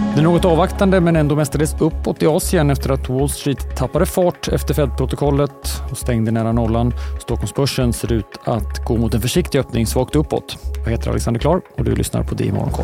Det är något avvaktande men ändå mestadels uppåt i Asien efter att Wall Street tappade fart efter Fed-protokollet och stängde nära nollan. Stockholmsbörsen ser ut att gå mot en försiktig öppning svagt uppåt. Jag heter Alexander Klar och du lyssnar på det i Morgonkoll.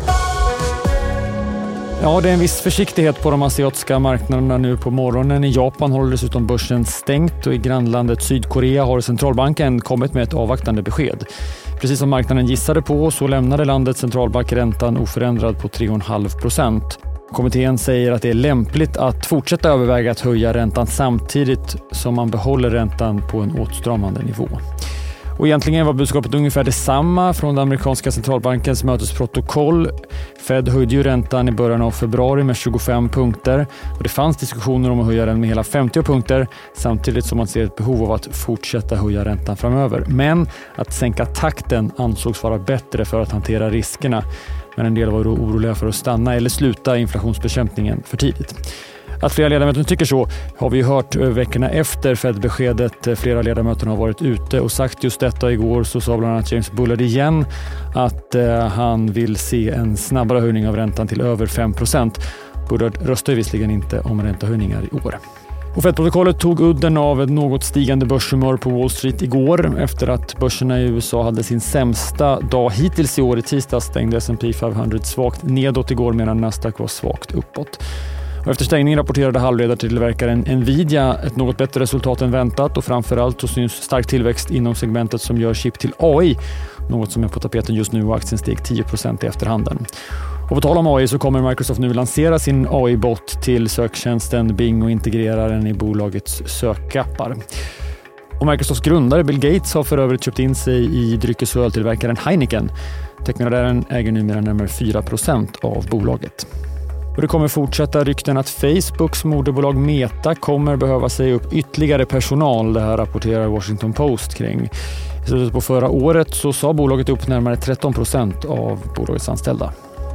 Ja, det är en viss försiktighet på de asiatiska marknaderna nu på morgonen. I Japan håller dessutom börsen stängt och i grannlandet Sydkorea har centralbanken kommit med ett avvaktande besked. Precis som marknaden gissade på så lämnade landets centralbank räntan oförändrad på 3,5%. Kommittén säger att det är lämpligt att fortsätta överväga att höja räntan samtidigt som man behåller räntan på en åtstramande nivå. Och egentligen var budskapet ungefär detsamma från den amerikanska centralbankens mötesprotokoll. Fed höjde ju räntan i början av februari med 25 punkter och det fanns diskussioner om att höja den med hela 50 punkter samtidigt som man ser ett behov av att fortsätta höja räntan framöver. Men att sänka takten ansågs vara bättre för att hantera riskerna. Men en del var då oroliga för att stanna eller sluta inflationsbekämpningen för tidigt. Att flera ledamöter tycker så har vi hört veckorna efter Fed-beskedet. Flera ledamöter har varit ute och sagt just detta. Igår så sa bland annat James Bullard igen att han vill se en snabbare höjning av räntan till över 5%. Bullard röstar visserligen inte om räntehöjningar i år. Och Fed-protokollet tog udden av ett något stigande börshumör på Wall Street igår. Efter att börserna i USA hade sin sämsta dag hittills i år. I tisdag stängde S&P 500 svagt nedåt igår medan Nasdaq var svagt uppåt. Och efter stängningen rapporterade halvledartillverkaren Nvidia ett något bättre resultat än väntat och framförallt så syns stark tillväxt inom segmentet som gör chip till AI. Något som är på tapeten just nu och aktien steg 10% i efterhanden. Och på tal om AI så kommer Microsoft nu lansera sin AI-bot till söktjänsten Bing och integrera den i bolagets sökappar. Och Microsofts grundare Bill Gates har för övrigt köpt in sig i dryckes- och öltillverkaren Heineken. Tecknaren äger numera närmare 4% av bolaget. Och det kommer fortsätta rykten att Facebooks moderbolag Meta kommer behöva säga upp ytterligare personal. Det här rapporterar Washington Post kring. I slutet på förra året så sa bolaget upp närmare 13% av bolagets anställda.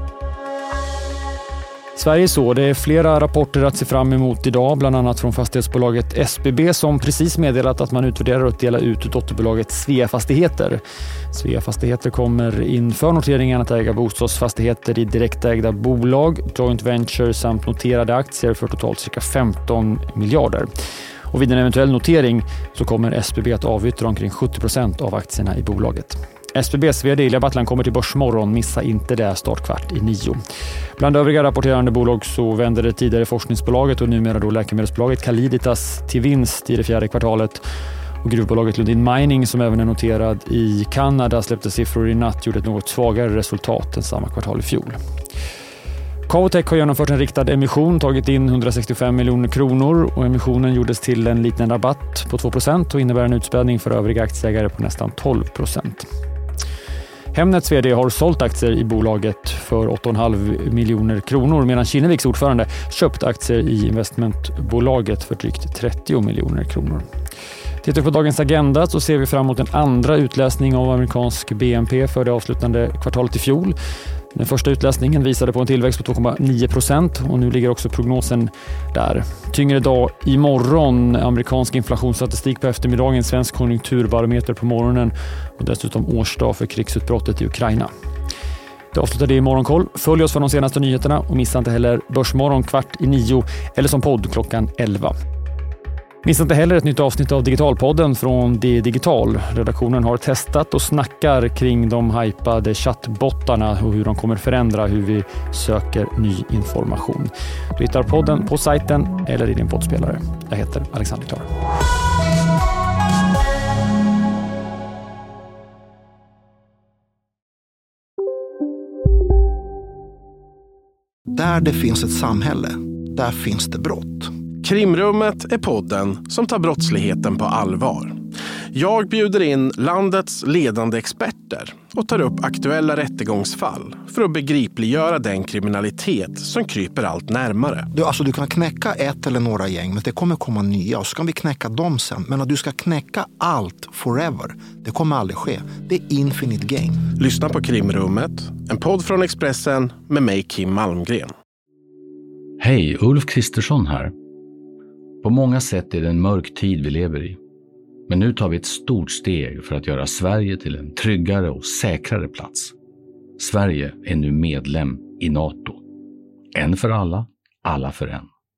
Sverige så, det är flera rapporter att se fram emot idag, bland annat från fastighetsbolaget SBB som precis meddelat att man utvärderar att dela ut dotterbolaget Svea Fastigheter. Svea Fastigheter kommer inför noteringen att äga bostadsfastigheter i direktägda bolag, joint venture samt noterade aktier för totalt cirka 15 miljarder. Och vid en eventuell notering så kommer SBB att avyttra omkring 70% av aktierna i bolaget. SBBs vd Ilja Battlan kommer till Börsmorgon, missa inte det, start 8:45. Bland övriga rapporterande bolag så vänder det tidigare forskningsbolaget och numera då läkemedelsbolaget Calliditas till vinst i det fjärde kvartalet. Och gruvbolaget Lundin Mining som även är noterad i Kanada släppte siffror i natt, gjorde ett något svagare resultat än samma kvartal i fjol. Cavotec har genomfört en riktad emission, tagit in 165 miljoner kronor och emissionen gjordes till en liten rabatt på 2% och innebär en utspädning för övriga aktieägare på nästan 12%. Hemnets vd har sålt aktier i bolaget för 8,5 miljoner kronor medan Kinneviks ordförande köpt aktier i investmentbolaget för drygt 30 miljoner kronor. Tittar vi på dagens agenda så ser vi fram emot en andra utläsning av amerikansk BNP för det avslutande kvartalet i fjol. Den första utläsningen visade på en tillväxt på 2,9% och nu ligger också prognosen där. Tyngre dag imorgon, amerikansk inflationsstatistik på eftermiddagen, svensk konjunkturbarometer på morgonen och dessutom årsdag för krigsutbrottet i Ukraina. Det avslutar det i Morgonkoll. Följ oss för de senaste nyheterna och missa inte heller Börsmorgon 8:45 eller som podd klockan 11. Missa inte heller ett nytt avsnitt av Digitalpodden från D Digital. Redaktionen har testat och snackar kring de hypade chattbottarna och hur de kommer förändra hur vi söker ny information. Du hittar podden på sajten eller i din poddspelare. Jag heter Alexander Klar. Där det finns ett samhälle, där finns det brott. Krimrummet är podden som tar brottsligheten på allvar. Jag bjuder in landets ledande experter och tar upp aktuella rättegångsfall för att begripliggöra den kriminalitet som kryper allt närmare. Du kan knäcka ett eller några gäng, men det kommer komma nya och så kan vi knäcka dem sen. Men att du ska knäcka allt forever, det kommer aldrig ske. Det är infinite game. Lyssna på Krimrummet, en podd från Expressen med mig Kim Malmgren. Hej, Ulf Kristersson här. På många sätt är det en mörk tid vi lever i. Men nu tar vi ett stort steg för att göra Sverige till en tryggare och säkrare plats. Sverige är nu medlem i NATO. En för alla, alla för en.